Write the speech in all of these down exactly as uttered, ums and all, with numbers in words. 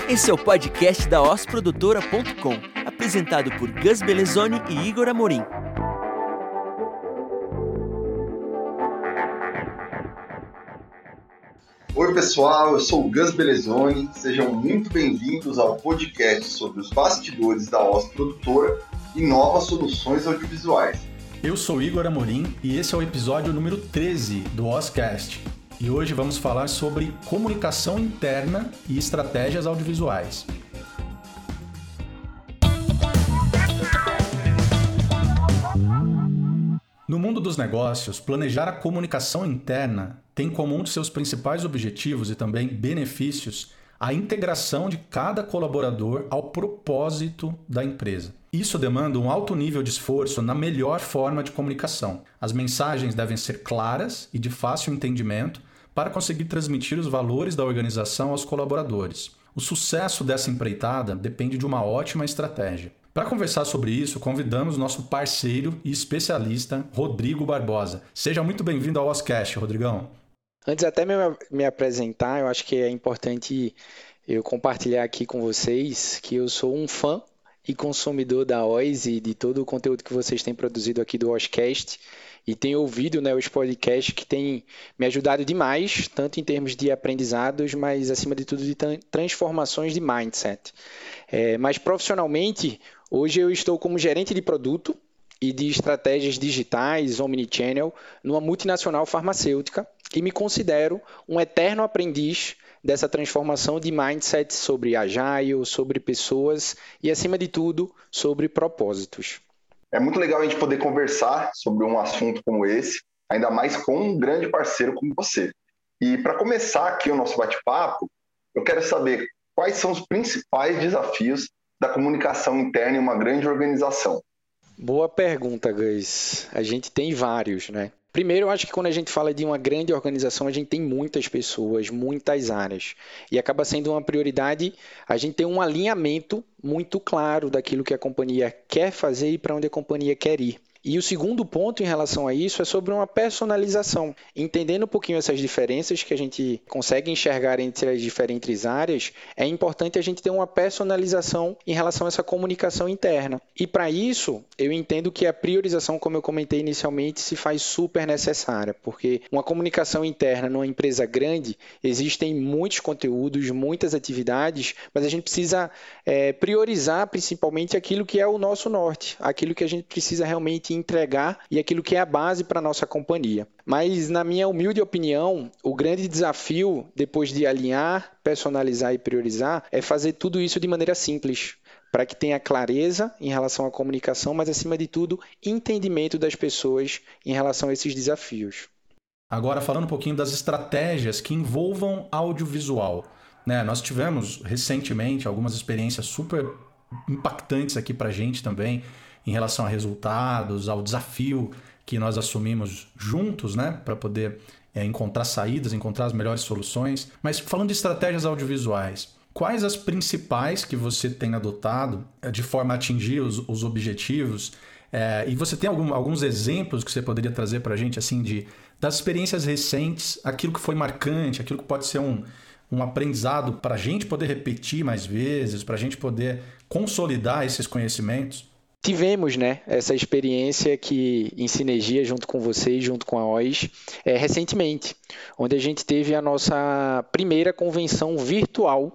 Esse é o podcast da os produtora ponto com, apresentado por Gus Belezoni e Igor Amorim. Oi pessoal, eu sou o Gus Belezoni, sejam muito bem-vindos ao podcast sobre os bastidores da Os Produtora e novas soluções audiovisuais. Eu sou Igor Amorim e esse é o episódio número treze do Oscast. E hoje vamos falar sobre comunicação interna e estratégias audiovisuais. No mundo dos negócios, planejar a comunicação interna tem como um de seus principais objetivos e também benefícios a integração de cada colaborador ao propósito da empresa. Isso demanda um alto nível de esforço na melhor forma de comunicação. As mensagens devem ser claras e de fácil entendimento para conseguir transmitir os valores da organização aos colaboradores. O sucesso dessa empreitada depende de uma ótima estratégia. Para conversar sobre isso, convidamos nosso parceiro e especialista, Rodrigo Barbosa. Seja muito bem-vindo ao Oscast, Rodrigão. Antes até me, me apresentar, eu acho que é importante eu compartilhar aqui com vocês que eu sou um fã e consumidor da O S e de todo o conteúdo que vocês têm produzido aqui do Oscast. E tenho ouvido, né, os podcasts que têm me ajudado demais, tanto em termos de aprendizados, mas acima de tudo de transformações de mindset. É, mas profissionalmente, hoje eu estou como gerente de produto e de estratégias digitais, omnichannel, numa multinacional farmacêutica e me considero um eterno aprendiz dessa transformação de mindset sobre agile, sobre pessoas e, acima de tudo, sobre propósitos. É muito legal a gente poder conversar sobre um assunto como esse, ainda mais com um grande parceiro como você. E para começar aqui o nosso bate-papo, eu quero saber quais são os principais desafios da comunicação interna em uma grande organização. Boa pergunta, Gus. A gente tem vários, né? Primeiro, eu acho que quando a gente fala de uma grande organização, a gente tem muitas pessoas, muitas áreas. E acaba sendo uma prioridade a gente ter um alinhamento muito claro daquilo que a companhia quer fazer e para onde a companhia quer ir. E o segundo ponto em relação a isso é sobre uma personalização. Entendendo um pouquinho essas diferenças que a gente consegue enxergar entre as diferentes áreas, é importante a gente ter uma personalização em relação a essa comunicação interna. E para isso, eu entendo que a priorização, como eu comentei inicialmente, se faz super necessária, porque uma comunicação interna numa empresa grande, existem muitos conteúdos, muitas atividades, mas a gente precisa é, priorizar principalmente aquilo que é o nosso norte, aquilo que a gente precisa realmente entregar e aquilo que é a base para a nossa companhia. Mas, na minha humilde opinião, o grande desafio, depois de alinhar, personalizar e priorizar, é fazer tudo isso de maneira simples, para que tenha clareza em relação à comunicação, mas, acima de tudo, entendimento das pessoas em relação a esses desafios. Agora, falando um pouquinho das estratégias que envolvam audiovisual. Né? Nós tivemos, recentemente, algumas experiências super impactantes aqui para a gente também, em relação a resultados, ao desafio que nós assumimos juntos, né, para poder é, encontrar saídas, encontrar as melhores soluções. Mas falando de estratégias audiovisuais, quais as principais que você tem adotado é, de forma a atingir os, os objetivos? É, e você tem algum, alguns exemplos que você poderia trazer para a gente, assim, de, das experiências recentes, aquilo que foi marcante, aquilo que pode ser um, um aprendizado para a gente poder repetir mais vezes, para a gente poder consolidar esses conhecimentos? Tivemos, né, essa experiência que em sinergia junto com vocês, junto com a O S, é, recentemente, onde a gente teve a nossa primeira convenção virtual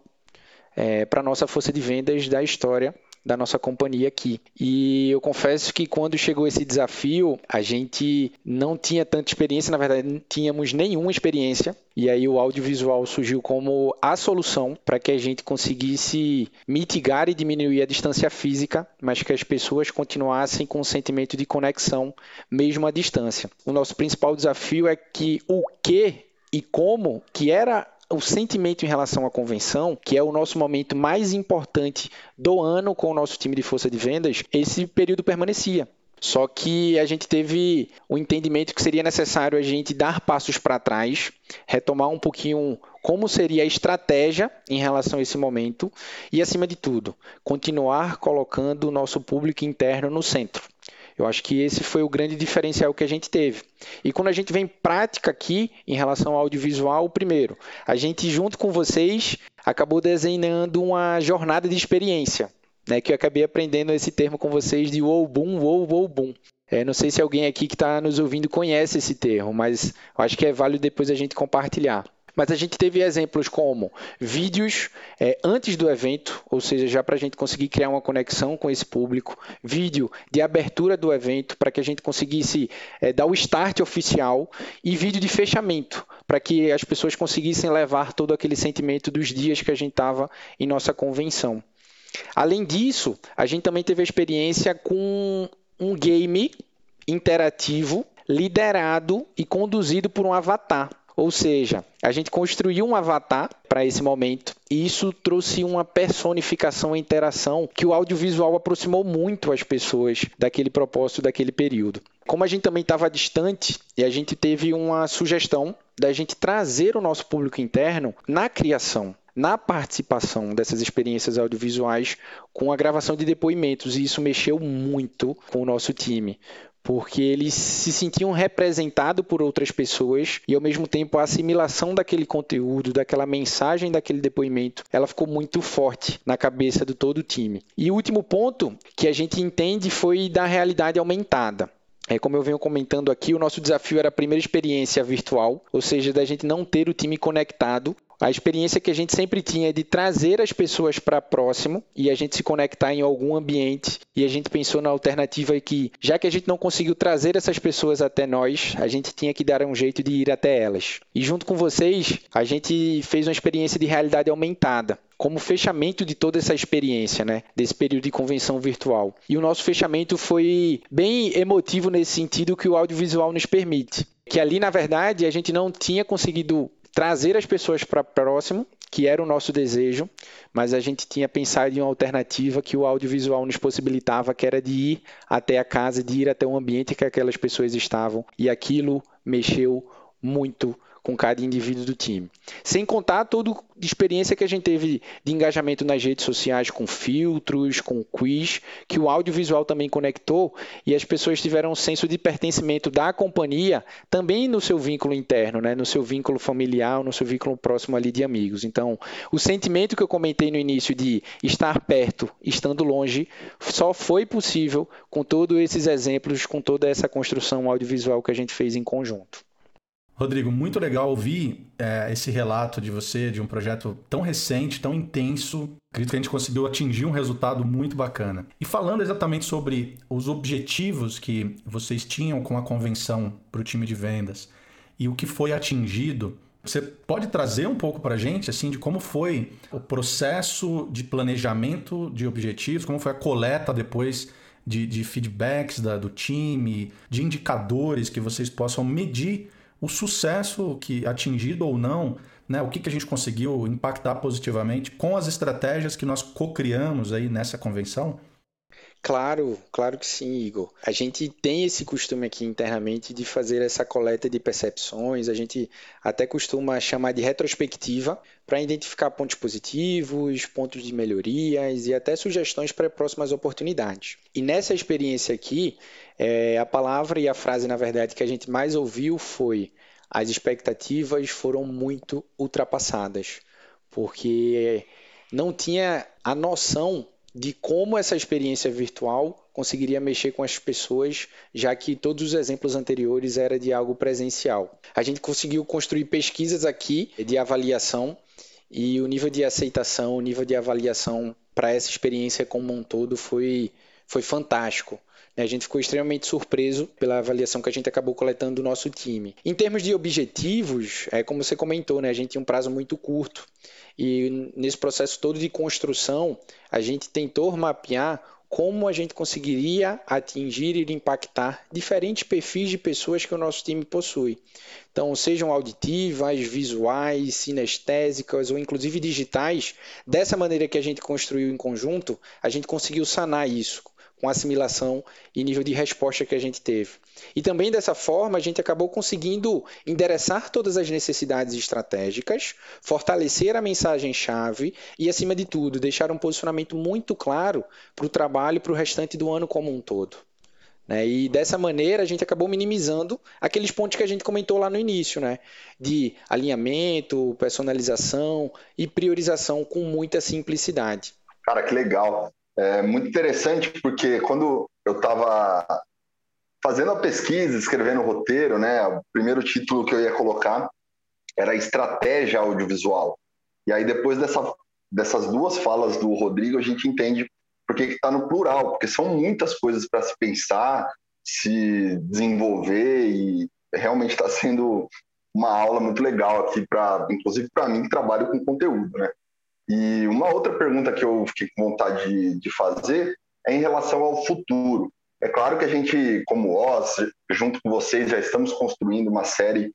é, para a nossa força de vendas da história da nossa companhia aqui. E eu confesso que quando chegou esse desafio, a gente não tinha tanta experiência, na verdade não tínhamos nenhuma experiência, e aí o audiovisual surgiu como a solução para que a gente conseguisse mitigar e diminuir a distância física, mas que as pessoas continuassem com um sentimento de conexão, mesmo à distância. O nosso principal desafio é que o que e como, que era o sentimento em relação à convenção, que é o nosso momento mais importante do ano com o nosso time de força de vendas, esse período permanecia. Só que a gente teve o entendimento que seria necessário a gente dar passos para trás, retomar um pouquinho como seria a estratégia em relação a esse momento e, acima de tudo, continuar colocando o nosso público interno no centro. Eu acho que esse foi o grande diferencial que a gente teve. E quando a gente vem em prática aqui, em relação ao audiovisual, primeiro, a gente, junto com vocês, acabou desenhando uma jornada de experiência, né, que eu acabei aprendendo esse termo com vocês de wow, boom, wow, wow, boom. É, não sei se alguém aqui que está nos ouvindo conhece esse termo, mas eu acho que é válido depois a gente compartilhar. Mas a gente teve exemplos como vídeos é, antes do evento, ou seja, já para a gente conseguir criar uma conexão com esse público, vídeo de abertura do evento para que a gente conseguisse é, dar o start oficial e vídeo de fechamento, para que as pessoas conseguissem levar todo aquele sentimento dos dias que a gente estava em nossa convenção. Além disso, a gente também teve a experiência com um game interativo liderado e conduzido por um avatar. Ou seja, a gente construiu um avatar para esse momento e isso trouxe uma personificação e interação que o audiovisual aproximou muito as pessoas daquele propósito, daquele período. Como a gente também estava distante e a gente teve uma sugestão da gente trazer o nosso público interno na criação, na participação dessas experiências audiovisuais com a gravação de depoimentos, e isso mexeu muito com o nosso time, porque eles se sentiam representados por outras pessoas e, ao mesmo tempo, a assimilação daquele conteúdo, daquela mensagem, daquele depoimento, ela ficou muito forte na cabeça de todo o time. E o último ponto que a gente entende foi da realidade aumentada. É, como eu venho comentando aqui, o nosso desafio era a primeira experiência virtual, ou seja, da gente não ter o time conectado. A experiência que a gente sempre tinha é de trazer as pessoas para próximo e a gente se conectar em algum ambiente. E a gente pensou na alternativa que, já que a gente não conseguiu trazer essas pessoas até nós, a gente tinha que dar um jeito de ir até elas. E junto com vocês, a gente fez uma experiência de realidade aumentada, como fechamento de toda essa experiência, né, desse período de convenção virtual. E o nosso fechamento foi bem emotivo nesse sentido que o audiovisual nos permite. Que ali, na verdade, a gente não tinha conseguido trazer as pessoas para próximo, que era o nosso desejo, mas a gente tinha pensado em uma alternativa que o audiovisual nos possibilitava, que era de ir até a casa, de ir até o ambiente que aquelas pessoas estavam, e aquilo mexeu muito com cada indivíduo do time. Sem contar toda a experiência que a gente teve de engajamento nas redes sociais com filtros, com quiz, que o audiovisual também conectou e as pessoas tiveram um senso de pertencimento da companhia também no seu vínculo interno, né? No seu vínculo familiar, no seu vínculo próximo ali de amigos. Então, o sentimento que eu comentei no início de estar perto, estando longe, só foi possível com todos esses exemplos, com toda essa construção audiovisual que a gente fez em conjunto. Rodrigo, muito legal ouvir é, esse relato de você, de um projeto tão recente, tão intenso. Acredito que a gente conseguiu atingir um resultado muito bacana. E falando exatamente sobre os objetivos que vocês tinham com a convenção para o time de vendas e o que foi atingido, você pode trazer um pouco para a gente assim, de como foi o processo de planejamento de objetivos, como foi a coleta depois de, de feedbacks da, do time, de indicadores que vocês possam medir o sucesso que atingido ou não, né, o que, que a gente conseguiu impactar positivamente com as estratégias que nós co-criamos aí nessa convenção? Claro, claro que sim, Igor. A gente tem esse costume aqui internamente de fazer essa coleta de percepções, a gente até costuma chamar de retrospectiva para identificar pontos positivos, pontos de melhorias e até sugestões para próximas oportunidades. E nessa experiência aqui, é, a palavra e a frase, na verdade, que a gente mais ouviu foi: as expectativas foram muito ultrapassadas, porque não tinha a noção de como essa experiência virtual conseguiria mexer com as pessoas, já que todos os exemplos anteriores eram de algo presencial. A gente conseguiu construir pesquisas aqui de avaliação e o nível de aceitação, o nível de avaliação para essa experiência como um todo foi, foi fantástico. A gente ficou extremamente surpreso pela avaliação que a gente acabou coletando do nosso time. Em termos de objetivos, é como você comentou, né? A gente tinha um prazo muito curto. E nesse processo todo de construção, a gente tentou mapear como a gente conseguiria atingir e impactar diferentes perfis de pessoas que o nosso time possui. Então, sejam auditivas, visuais, sinestésicas ou inclusive digitais, dessa maneira que a gente construiu em conjunto, a gente conseguiu sanar isso com a assimilação e nível de resposta que a gente teve. E também dessa forma a gente acabou conseguindo endereçar todas as necessidades estratégicas, fortalecer a mensagem-chave e, acima de tudo, deixar um posicionamento muito claro para o trabalho e para o restante do ano como um todo. né? E dessa maneira a gente acabou minimizando aqueles pontos que a gente comentou lá no início, né? De alinhamento, personalização e priorização com muita simplicidade. Cara, que legal. É muito interessante porque quando eu estava fazendo a pesquisa, escrevendo o roteiro, né, o primeiro título que eu ia colocar era Estratégia Audiovisual. E aí depois dessa, dessas duas falas do Rodrigo, a gente entende por que está no plural, porque são muitas coisas para se pensar, se desenvolver, e realmente está sendo uma aula muito legal aqui, pra, inclusive para mim que trabalho com conteúdo, né? E uma outra pergunta que eu fiquei com vontade de, de fazer é em relação ao futuro. É claro que a gente, como Oz, junto com vocês, já estamos construindo uma série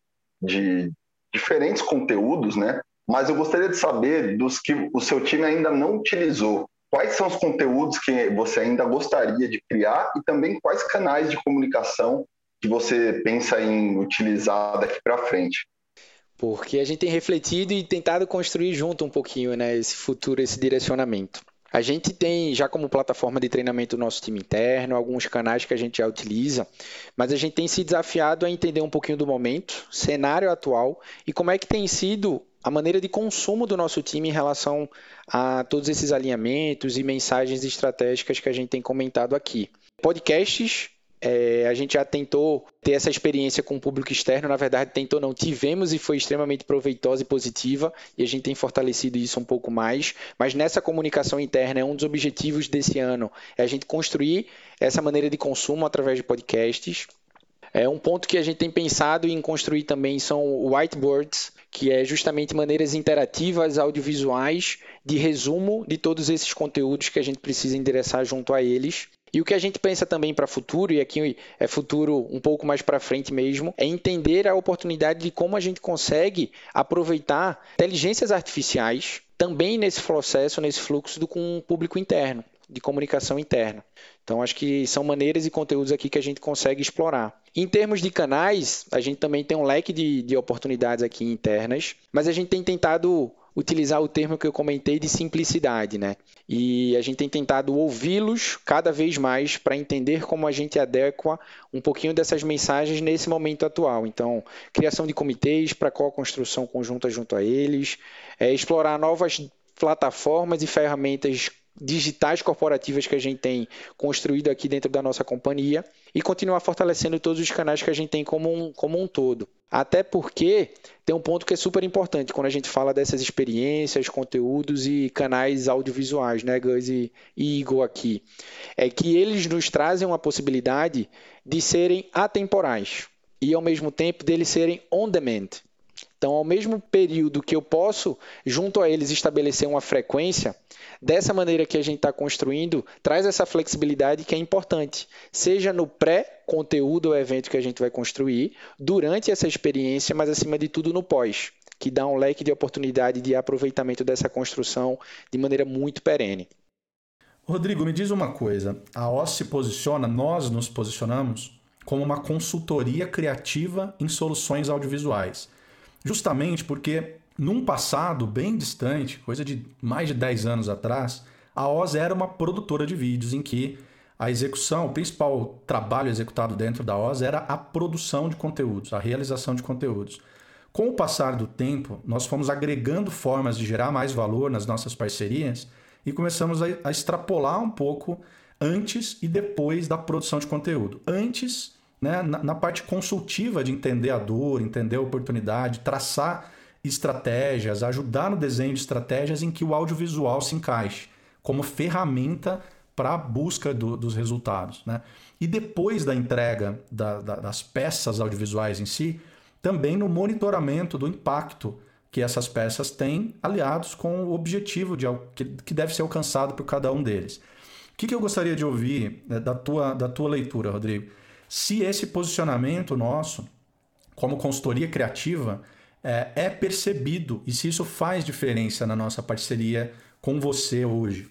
de diferentes conteúdos, né? Mas eu gostaria de saber dos que o seu time ainda não utilizou. Quais são os conteúdos que você ainda gostaria de criar e também quais canais de comunicação que você pensa em utilizar daqui para frente? Porque a gente tem refletido e tentado construir junto um pouquinho, né, esse futuro, esse direcionamento. A gente tem já como plataforma de treinamento o nosso time interno, alguns canais que a gente já utiliza, mas a gente tem se desafiado a entender um pouquinho do momento, cenário atual e como é que tem sido a maneira de consumo do nosso time em relação a todos esses alinhamentos e mensagens estratégicas que a gente tem comentado aqui. Podcasts, é, a gente já tentou ter essa experiência com o público externo, na verdade tentou não, tivemos e foi extremamente proveitosa e positiva e a gente tem fortalecido isso um pouco mais, mas nessa comunicação interna é um dos objetivos desse ano, é a gente construir essa maneira de consumo através de podcasts. É um ponto que a gente tem pensado em construir também são whiteboards, que é justamente maneiras interativas, audiovisuais, de resumo de todos esses conteúdos que a gente precisa endereçar junto a eles. E o que a gente pensa também para futuro, e aqui é futuro um pouco mais para frente mesmo, é entender a oportunidade de como a gente consegue aproveitar inteligências artificiais também nesse processo, nesse fluxo do, com o público interno, de comunicação interna. Então, acho que são maneiras e conteúdos aqui que a gente consegue explorar. Em termos de canais, a gente também tem um leque de, de oportunidades aqui internas, mas a gente tem tentado utilizar o termo que eu comentei de simplicidade, né? E a gente tem tentado ouvi-los cada vez mais para entender como a gente adequa um pouquinho dessas mensagens nesse momento atual. Então, criação de comitês para co-construção conjunta junto a eles, é, explorar novas plataformas e ferramentas digitais corporativas que a gente tem construído aqui dentro da nossa companhia e continuar fortalecendo todos os canais que a gente tem como um, como um todo. Até porque tem um ponto que é super importante quando a gente fala dessas experiências, conteúdos e canais audiovisuais, né, Gus e, e Igor aqui, é que eles nos trazem uma possibilidade de serem atemporais e ao mesmo tempo deles serem on demand. Então, ao mesmo período que eu posso, junto a eles, estabelecer uma frequência, dessa maneira que a gente está construindo, traz essa flexibilidade que é importante, seja no pré-conteúdo ou evento que a gente vai construir, durante essa experiência, mas acima de tudo no pós, que dá um leque de oportunidade de aproveitamento dessa construção de maneira muito perene. Rodrigo, me diz uma coisa, a Oz se posiciona, nós nos posicionamos como uma consultoria criativa em soluções audiovisuais. Justamente porque, num passado bem distante, coisa de mais de dez anos atrás, a Oz era uma produtora de vídeos em que a execução, o principal trabalho executado dentro da Oz era a produção de conteúdos, a realização de conteúdos. Com o passar do tempo, nós fomos agregando formas de gerar mais valor nas nossas parcerias e começamos a, a extrapolar um pouco antes e depois da produção de conteúdo. Antes, né, na, na parte consultiva de entender a dor, entender a oportunidade, traçar estratégias, ajudar no desenho de estratégias em que o audiovisual se encaixe como ferramenta para a busca do, dos resultados, né? E depois da entrega da, da, das peças audiovisuais em si, também no monitoramento do impacto que essas peças têm, aliados com o objetivo de, que, que deve ser alcançado por cada um deles. O que, que eu gostaria de ouvir, né, da tua, da tua leitura, Rodrigo? Se esse posicionamento nosso, como consultoria criativa, é, é percebido e se isso faz diferença na nossa parceria com você hoje.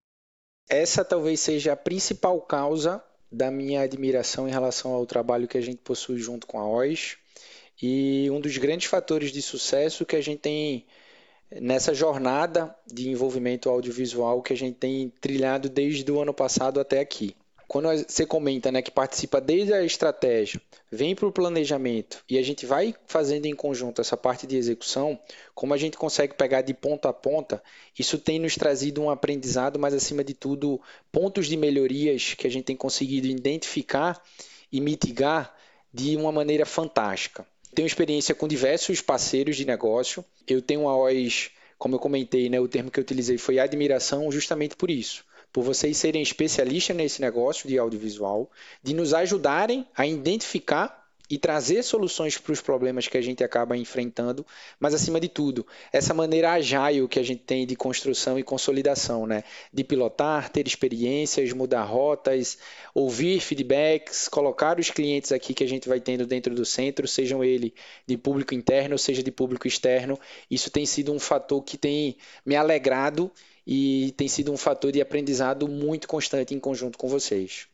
Essa talvez seja a principal causa da minha admiração em relação ao trabalho que a gente possui junto com a Oz e um dos grandes fatores de sucesso que a gente tem nessa jornada de envolvimento audiovisual que a gente tem trilhado desde o ano passado até aqui. quando você comenta, né, que participa desde a estratégia, vem para o planejamento e a gente vai fazendo em conjunto essa parte de execução, como a gente consegue pegar de ponta a ponta, isso tem nos trazido um aprendizado, mas acima de tudo, pontos de melhorias que a gente tem conseguido identificar e mitigar de uma maneira fantástica. Tenho experiência com diversos parceiros de negócio, eu tenho a OIS, como eu comentei, né, o termo que eu utilizei foi admiração justamente por isso. Por vocês serem especialistas nesse negócio de audiovisual, de nos ajudarem a identificar e trazer soluções para os problemas que a gente acaba enfrentando, mas acima de tudo, essa maneira agile que a gente tem de construção e consolidação, né? De pilotar, ter experiências, mudar rotas, ouvir feedbacks, colocar os clientes aqui que a gente vai tendo dentro do centro, sejam ele de público interno, seja de público externo, isso tem sido um fator que tem me alegrado e tem sido um fator de aprendizado muito constante em conjunto com vocês.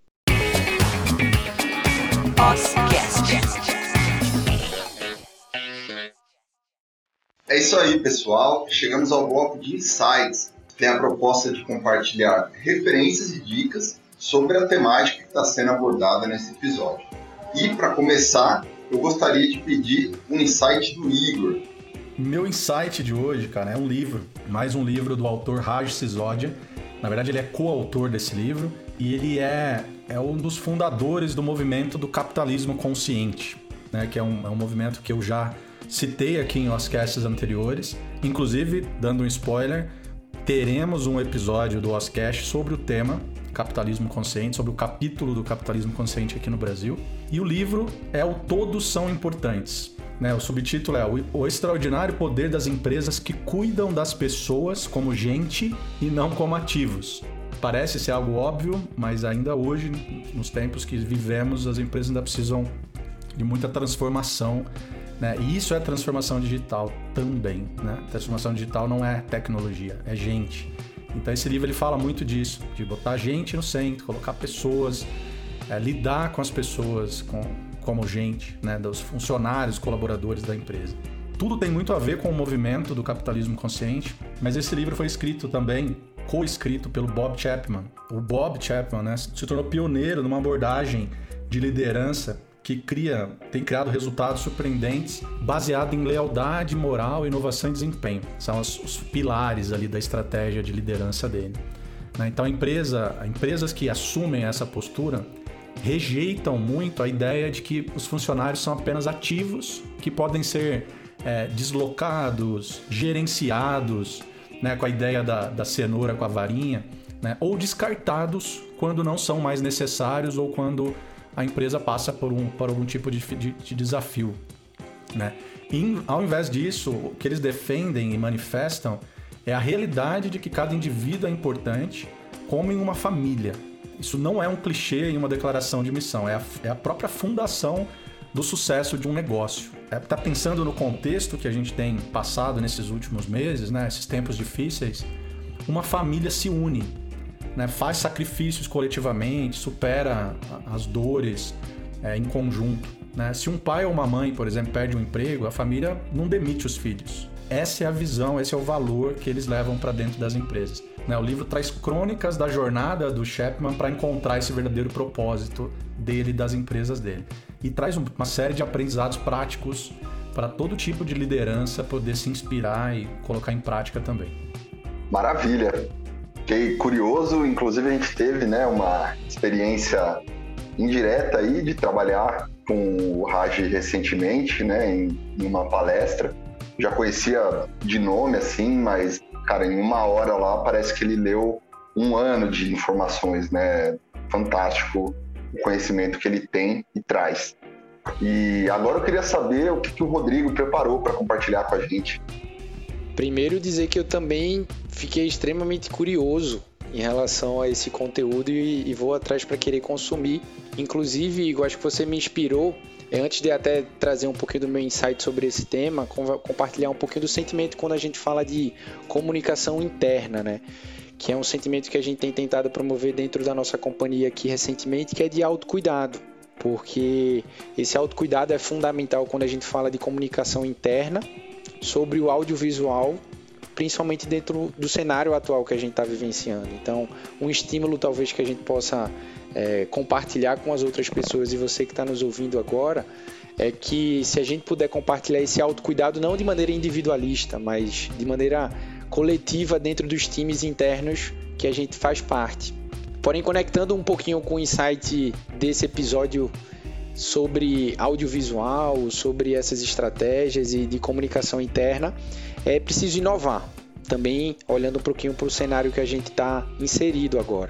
É isso aí, pessoal. Chegamos ao bloco de insights, que tem a proposta de compartilhar referências e dicas sobre a temática que está sendo abordada nesse episódio. E, para começar, eu gostaria de pedir um insight do Igor. Meu insight de hoje, cara, é um livro, mais um livro do autor Raj Sisodia. Na verdade, ele é coautor desse livro e ele é, é um dos fundadores do movimento do capitalismo consciente, né? Que é um, é um movimento que eu já citei aqui em Oscasts anteriores. Inclusive, dando um spoiler, teremos um episódio do Oscast sobre o tema capitalismo consciente, sobre o capítulo do capitalismo consciente aqui no Brasil. E o livro é o Todos São Importantes. Né, o subtítulo é O Extraordinário Poder das Empresas que Cuidam das Pessoas como Gente e não como Ativos. Parece ser algo óbvio, mas ainda hoje, nos tempos que vivemos, as empresas ainda precisam de muita transformação, né? E isso é transformação digital também, né? Transformação digital não é tecnologia, é gente. Então esse livro ele fala muito disso, de botar gente no centro, colocar pessoas, é, lidar com as pessoas, com... como gente, né, dos funcionários, colaboradores da empresa. Tudo tem muito a ver com o movimento do capitalismo consciente, mas esse livro foi escrito também, co-escrito pelo Bob Chapman. O Bob Chapman, né, se tornou pioneiro numa abordagem de liderança que cria, tem criado resultados surpreendentes baseado em lealdade, moral, inovação e desempenho. São os, os pilares ali da estratégia de liderança dele. Né? Então, a empresa, empresas que assumem essa postura rejeitam muito a ideia de que os funcionários são apenas ativos que podem ser é, deslocados, gerenciados, né, com a ideia da, da cenoura com a varinha, né, ou descartados quando não são mais necessários ou quando a empresa passa por, um, por algum tipo de, de, de desafio. Né? E, ao invés disso, o que eles defendem e manifestam é a realidade de que cada indivíduo é importante, como em uma família. Isso não é um clichê em uma declaração de missão, é a, é a própria fundação do sucesso de um negócio. É tá pensando no contexto que a gente tem passado nesses últimos meses, né, esses tempos difíceis, uma família se une, né, faz sacrifícios coletivamente, supera as dores é, em conjunto. Né? Se um pai ou uma mãe, por exemplo, perde um emprego, a família não demite os filhos. Essa é a visão, esse é o valor que eles levam para dentro das empresas. O livro traz crônicas da jornada do Chapman para encontrar esse verdadeiro propósito dele e das empresas dele. E traz uma série de aprendizados práticos para todo tipo de liderança poder se inspirar e colocar em prática também. Maravilha! Fiquei curioso, inclusive a gente teve, né, uma experiência indireta aí de trabalhar com o Raj recentemente, né, em, em uma palestra. Já conhecia de nome, assim, mas, cara, em uma hora lá parece que ele leu um ano de informações, né? Fantástico o conhecimento que ele tem e traz. E agora eu queria saber o que, que o Rodrigo preparou para compartilhar com a gente. Primeiro dizer que eu também fiquei extremamente curioso em relação a esse conteúdo e, e vou atrás para querer consumir. Inclusive, eu acho que você me inspirou, antes de até trazer um pouquinho do meu insight sobre esse tema, compartilhar um pouquinho do sentimento quando a gente fala de comunicação interna, né? Que é um sentimento que a gente tem tentado promover dentro da nossa companhia aqui recentemente, que é de autocuidado. Porque esse autocuidado é fundamental quando a gente fala de comunicação interna sobre o audiovisual, principalmente dentro do cenário atual que a gente está vivenciando. Então, um estímulo talvez que a gente possa é, compartilhar com as outras pessoas e você que está nos ouvindo agora, é que se a gente puder compartilhar esse autocuidado não de maneira individualista, mas de maneira coletiva dentro dos times internos que a gente faz parte. Porém, conectando um pouquinho com o insight desse episódio sobre audiovisual, sobre essas estratégias e de comunicação interna, é preciso inovar, também olhando um pouquinho para o cenário que a gente está inserido agora.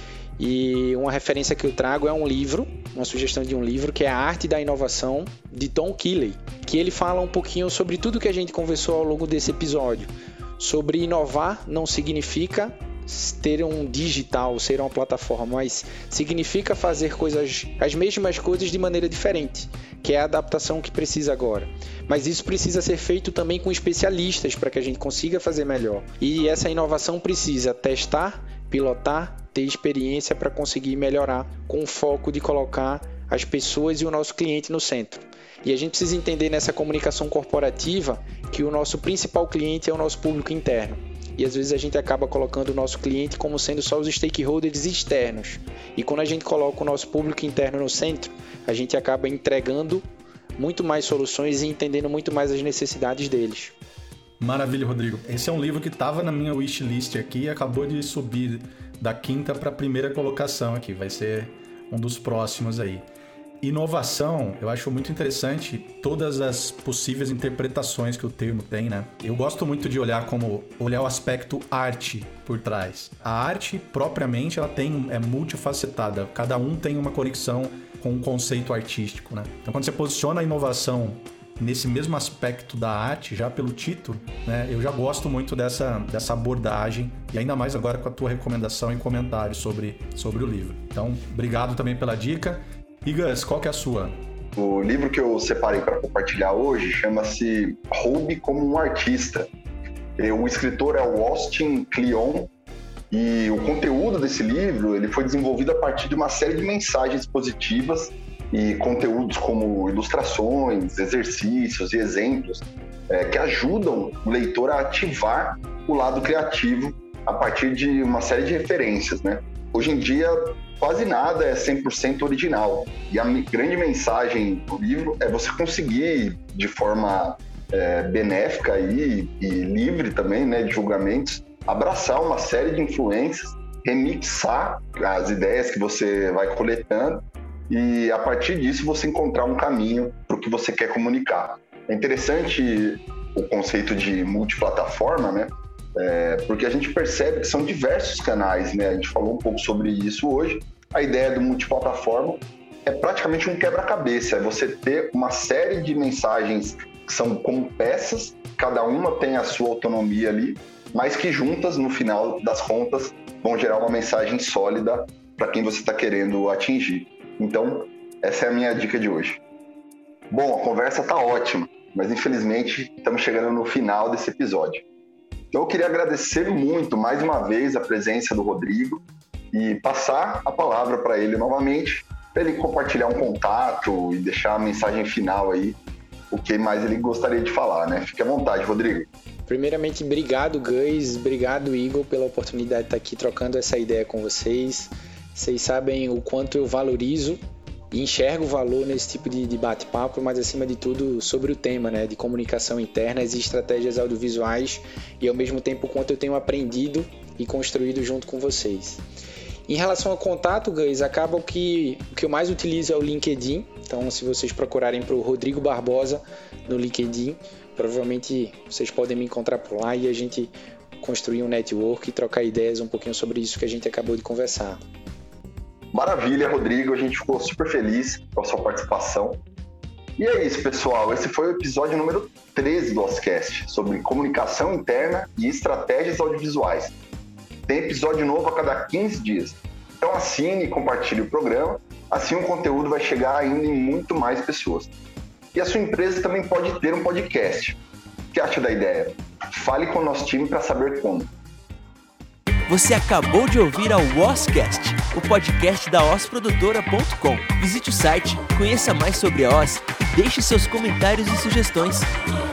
E uma referência que eu trago é um livro, uma sugestão de um livro, que é A Arte da Inovação, de Tom Keeley, que ele fala um pouquinho sobre tudo que a gente conversou ao longo desse episódio. Sobre inovar não significa ter um digital, ser uma plataforma, mas significa fazer coisas, as mesmas coisas de maneira diferente, que é a adaptação que precisa agora. Mas isso precisa ser feito também com especialistas para que a gente consiga fazer melhor. E essa inovação precisa testar, pilotar, ter experiência para conseguir melhorar, com o foco de colocar as pessoas e o nosso cliente no centro. E a gente precisa entender nessa comunicação corporativa que o nosso principal cliente é o nosso público interno. E às vezes a gente acaba colocando o nosso cliente como sendo só os stakeholders externos. E quando a gente coloca o nosso público interno no centro, a gente acaba entregando muito mais soluções e entendendo muito mais as necessidades deles. Maravilha, Rodrigo. Esse é um livro que estava na minha wishlist aqui e acabou de subir da quinta para a primeira colocação aqui. Vai ser um dos próximos aí. Inovação, eu acho muito interessante todas as possíveis interpretações que o termo tem, né? Eu gosto muito de olhar como olhar o aspecto arte por trás. A arte, propriamente, ela tem, é multifacetada. Cada um tem uma conexão com um conceito artístico, né? Então, quando você posiciona a inovação nesse mesmo aspecto da arte, já pelo título, né? Eu já gosto muito dessa, dessa abordagem, e ainda mais agora com a tua recomendação e comentário sobre, sobre o livro. Então, obrigado também pela dica. E Gus, qual que é a sua? O livro que eu separei para compartilhar hoje chama-se Roube como um Artista. O escritor é o Austin Kleon, e o conteúdo desse livro ele foi desenvolvido a partir de uma série de mensagens positivas e conteúdos como ilustrações, exercícios e exemplos é, que ajudam o leitor a ativar o lado criativo a partir de uma série de referências, né? Hoje em dia, quase nada é cem por cento original. E a grande mensagem do livro é você conseguir, de forma é, benéfica e, e livre também, né, de julgamentos, abraçar uma série de influências, remixar as ideias que você vai coletando e, a partir disso, você encontrar um caminho para o que você quer comunicar. É interessante o conceito de multiplataforma, né? É, porque a gente percebe que são diversos canais, né? A gente falou um pouco sobre isso hoje. A ideia do multiplataforma é praticamente um quebra-cabeça, é você ter uma série de mensagens que são como peças, cada uma tem a sua autonomia ali, mas que juntas, no final das contas, vão gerar uma mensagem sólida para quem você está querendo atingir. Então, essa é a minha dica de hoje. Bom, a conversa está ótima, mas infelizmente estamos chegando no final desse episódio. Então eu queria agradecer muito, mais uma vez, a presença do Rodrigo e passar a palavra para ele novamente, para ele compartilhar um contato e deixar a mensagem final aí, o que mais ele gostaria de falar, né? Fique à vontade, Rodrigo. Primeiramente, obrigado, Gus, obrigado, Igor, pela oportunidade de estar aqui trocando essa ideia com vocês. Vocês sabem o quanto eu valorizo e enxergo valor nesse tipo de, de bate-papo, mas acima de tudo sobre o tema, né, de comunicação interna e estratégias audiovisuais, e ao mesmo tempo o quanto eu tenho aprendido e construído junto com vocês. Em relação ao contato, Gus, acaba que o que eu mais utilizo é o LinkedIn. Então, se vocês procurarem para o Rodrigo Barbosa no LinkedIn, provavelmente vocês podem me encontrar por lá e a gente construir um network e trocar ideias um pouquinho sobre isso que a gente acabou de conversar. Maravilha, Rodrigo, a gente ficou super feliz com a sua participação. E é isso, pessoal, esse foi o episódio número treze do Oscast, sobre comunicação interna e estratégias audiovisuais. Tem episódio novo a cada quinze dias. Então assine e compartilhe o programa, assim o conteúdo vai chegar ainda em muito mais pessoas. E a sua empresa também pode ter um podcast. O que acha da ideia? Fale com o nosso time para saber como. Você acabou de ouvir ao Oscast, o podcast da os produtora ponto com. Visite o site, conheça mais sobre a Os e deixe seus comentários e sugestões.